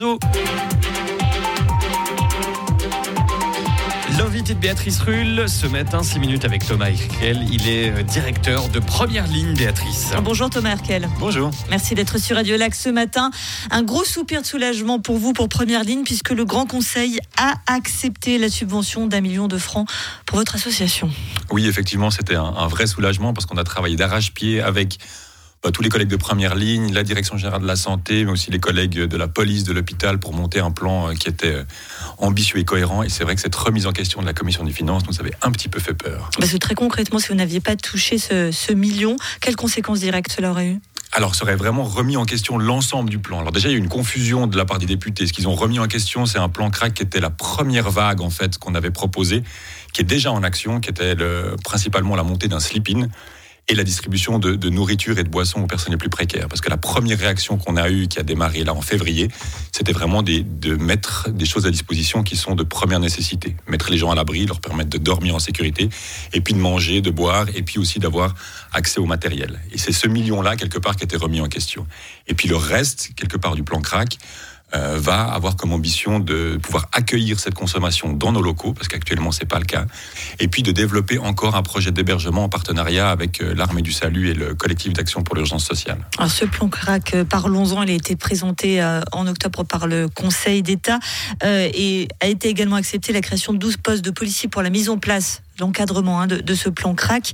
L'invité de Béatrice Rulle, ce matin, 6 minutes avec Thomas Herkel. Il est directeur de Première Ligne, Béatrice. Bonjour Thomas Herkel. Bonjour. Merci d'être sur Radio Lac ce matin. Un gros soupir de soulagement pour vous, pour Première Ligne, puisque le Grand Conseil a accepté la subvention d'1 million de francs pour votre association. Oui, effectivement, c'était un vrai soulagement parce qu'on a travaillé d'arrache-pied avec tous les collègues de Première Ligne, la Direction Générale de la Santé, mais aussi les collègues de la police, de l'hôpital, pour monter un plan qui était ambitieux et cohérent. Et c'est vrai que cette remise en question de la Commission des Finances nous avait un petit peu fait peur. Parce que très concrètement, si vous n'aviez pas touché ce million, quelles conséquences directes cela aurait eu ? Alors, ça aurait vraiment remis en question l'ensemble du plan. Alors déjà, il y a eu une confusion de la part des députés. Ce qu'ils ont remis en question, c'est un plan crack qui était la première vague, en fait, qu'on avait proposé, qui est déjà en action, qui était principalement la montée d'un slip-in et la distribution de nourriture et de boissons aux personnes les plus précaires. Parce que la première réaction qu'on a eue, qui a démarré là en février, c'était vraiment de mettre des choses à disposition qui sont de première nécessité. Mettre les gens à l'abri, leur permettre de dormir en sécurité, et puis de manger, de boire, et puis aussi d'avoir accès au matériel. Et c'est ce million-là, quelque part, qui a été remis en question. Et puis le reste, quelque part, du plan crack, va avoir comme ambition de pouvoir accueillir cette consommation dans nos locaux, parce qu'actuellement c'est pas le cas, et puis de développer encore un projet d'hébergement en partenariat avec l'Armée du Salut et le collectif d'action pour l'urgence sociale. Alors ce plan crack, parlons-en, il a été présenté en octobre par le Conseil d'État et a été également accepté la création de 12 postes de policiers pour la mise en place l'encadrement de ce plan crack.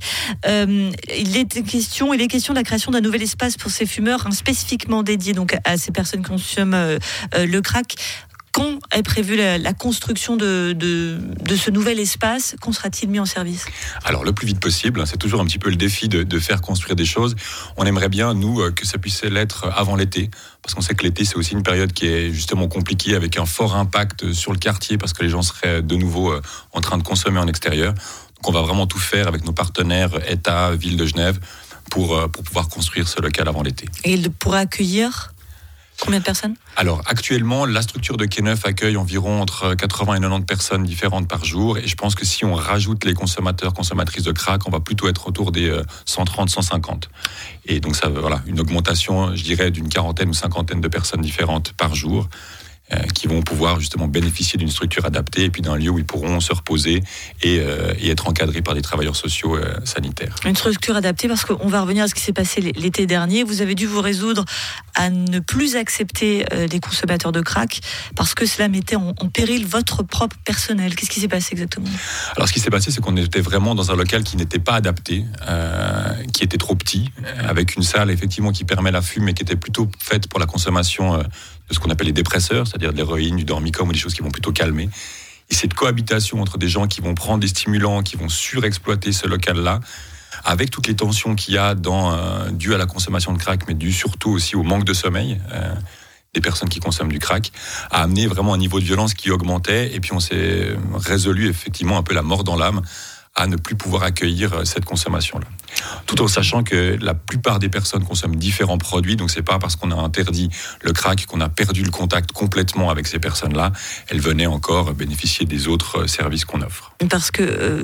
Il est question de la création d'un nouvel espace pour ces fumeurs, spécifiquement dédié donc à ces personnes qui consomment le crack. Quand est prévue la construction de ce nouvel espace ? Quand sera-t-il mis en service ? Alors, le plus vite possible. C'est toujours un petit peu le défi de faire construire des choses. On aimerait bien, nous, que ça puisse l'être avant l'été. Parce qu'on sait que l'été, c'est aussi une période qui est justement compliquée, avec un fort impact sur le quartier, parce que les gens seraient de nouveau en train de consommer en extérieur. Donc, on va vraiment tout faire avec nos partenaires, État, Ville de Genève, pour pouvoir construire ce local avant l'été. Et il pourra accueillir combien de personnes ? Alors, actuellement, la structure de Quai Neuf accueille environ entre 80 et 90 personnes différentes par jour. Et je pense que si on rajoute les consommateurs, consommatrices de crack, on va plutôt être autour des 130, 150. Et donc, ça, voilà, une augmentation, je dirais, d'une quarantaine ou cinquantaine de personnes différentes par jour, qui vont pouvoir justement bénéficier d'une structure adaptée et puis d'un lieu où ils pourront se reposer et être encadrés par des travailleurs sociaux sanitaires. Une structure adaptée, parce qu'on va revenir à ce qui s'est passé l'été dernier. Vous avez dû vous résoudre à ne plus accepter des consommateurs de crack parce que cela mettait en péril votre propre personnel. Qu'est-ce qui s'est passé exactement ? Alors, ce qui s'est passé, c'est qu'on était vraiment dans un local qui n'était pas adapté, qui était trop petit, avec une salle effectivement qui permet la fume et qui était plutôt faite pour la consommation de ce qu'on appelle les dépresseurs, c'est-à-dire de l'héroïne, du dormicum ou des choses qui vont plutôt calmer. Et cette cohabitation entre des gens qui vont prendre des stimulants, qui vont surexploiter ce local-là, avec toutes les tensions qu'il y a dues à la consommation de crack, mais dues surtout aussi au manque de sommeil des personnes qui consomment du crack, a amené vraiment un niveau de violence qui augmentait. Et puis on s'est résolu effectivement un peu la mort dans l'âme à ne plus pouvoir accueillir cette consommation-là. Tout en sachant que la plupart des personnes consomment différents produits, donc c'est pas parce qu'on a interdit le crack qu'on a perdu le contact complètement avec ces personnes-là. Elles venaient encore bénéficier des autres services qu'on offre. Parce que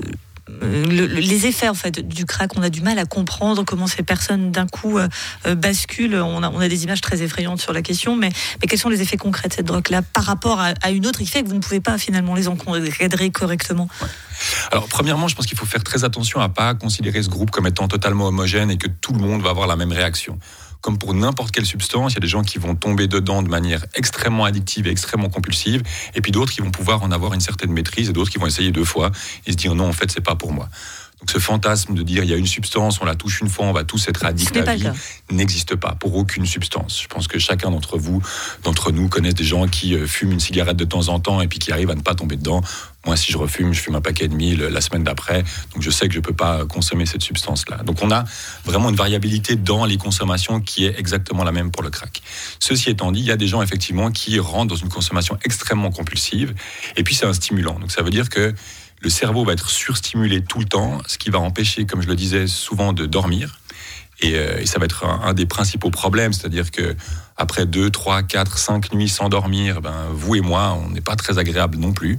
les effets en fait du crack, on a du mal à comprendre comment ces personnes d'un coup basculent. On a des images très effrayantes sur la question, mais quels sont les effets concrets de cette drogue-là par rapport à une autre qui fait que vous ne pouvez pas finalement les encadrer correctement ? Ouais. Alors, premièrement, je pense qu'il faut faire très attention à ne pas considérer ce groupe comme étant totalement homogène et que tout le monde va avoir la même réaction. Comme pour n'importe quelle substance, il y a des gens qui vont tomber dedans de manière extrêmement addictive et extrêmement compulsive, et puis d'autres qui vont pouvoir en avoir une certaine maîtrise, et d'autres qui vont essayer 2 fois et se dire non, en fait, c'est pas pour moi. Donc ce fantasme de dire il y a une substance, on la touche une fois, on va tous être addicts à vie, n'existe pas pour aucune substance. Je pense que chacun d'entre nous connaît des gens qui fument une cigarette de temps en temps et puis qui arrivent à ne pas tomber dedans. Moi, si je fume un paquet et demi la semaine d'après, donc je sais que je peux pas consommer cette substance-là. Donc on a vraiment une variabilité dans les consommations qui est exactement la même pour le crack. Ceci étant dit, il y a des gens effectivement qui rentrent dans une consommation extrêmement compulsive, et puis c'est un stimulant. Donc ça veut dire que le cerveau va être surstimulé tout le temps, ce qui va empêcher, comme je le disais, souvent de dormir. Et ça va être un des principaux problèmes, c'est-à-dire que après 2, 3, 4, 5 nuits sans dormir, vous et moi, on n'est pas très agréable non plus.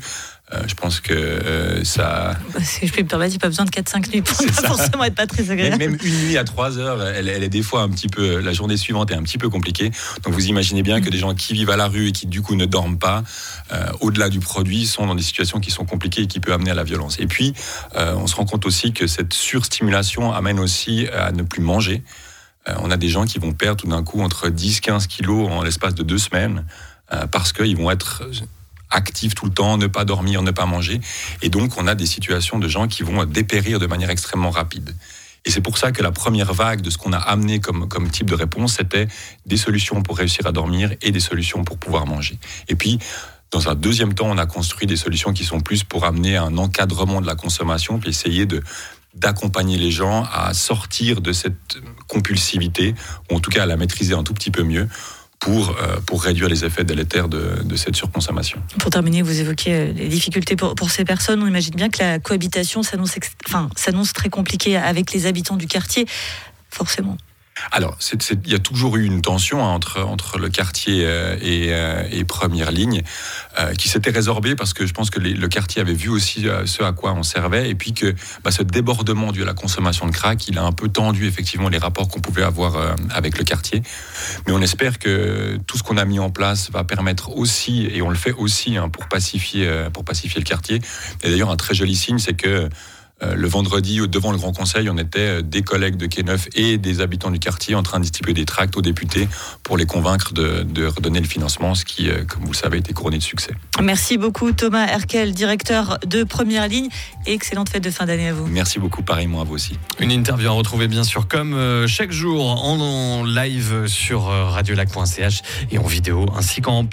Je pense que ça... Si je peux me permettre, il n'y a pas besoin de 4-5 nuits pour ne pas forcément être pas très agréable. Même une nuit à 3 heures, elle est des fois un petit peu... La journée suivante est un petit peu compliquée. Donc vous imaginez bien que des gens qui vivent à la rue et qui du coup ne dorment pas, au-delà du produit, sont dans des situations qui sont compliquées et qui peuvent amener à la violence. Et puis, on se rend compte aussi que cette surstimulation amène aussi à ne plus manger. On a des gens qui vont perdre tout d'un coup entre 10-15 kilos en l'espace de 2 semaines parce qu'ils vont être actifs tout le temps, ne pas dormir, ne pas manger. Et donc, on a des situations de gens qui vont dépérir de manière extrêmement rapide. Et c'est pour ça que la première vague de ce qu'on a amené comme type de réponse, c'était des solutions pour réussir à dormir et des solutions pour pouvoir manger. Et puis, dans un deuxième temps, on a construit des solutions qui sont plus pour amener un encadrement de la consommation, puis essayer d'accompagner les gens à sortir de cette compulsivité, ou en tout cas à la maîtriser un tout petit peu mieux, pour réduire les effets délétères de cette surconsommation. Pour terminer, vous évoquez les difficultés pour ces personnes. On imagine bien que la cohabitation s'annonce très compliquée avec les habitants du quartier, forcément. Alors, il y a toujours eu une tension entre le quartier et première ligne qui s'était résorbée parce que je pense que le quartier avait vu aussi ce à quoi on servait et puis que ce débordement dû à la consommation de crack, il a un peu tendu effectivement les rapports qu'on pouvait avoir avec le quartier. Mais on espère que tout ce qu'on a mis en place va permettre aussi, et on le fait aussi pour pacifier le quartier. Et d'ailleurs, un très joli signe, c'est que le vendredi, devant le Grand Conseil, on était des collègues de Quai Neuf et des habitants du quartier en train de distribuer des tracts aux députés pour les convaincre de redonner le financement, ce qui, comme vous le savez, a été couronné de succès. Merci beaucoup Thomas Herkel, directeur de Première Ligne, et excellente fête de fin d'année à vous. Merci beaucoup, pareillement à vous aussi. Une interview à retrouver bien sûr comme chaque jour en live sur radiolac.ch et en vidéo ainsi qu'en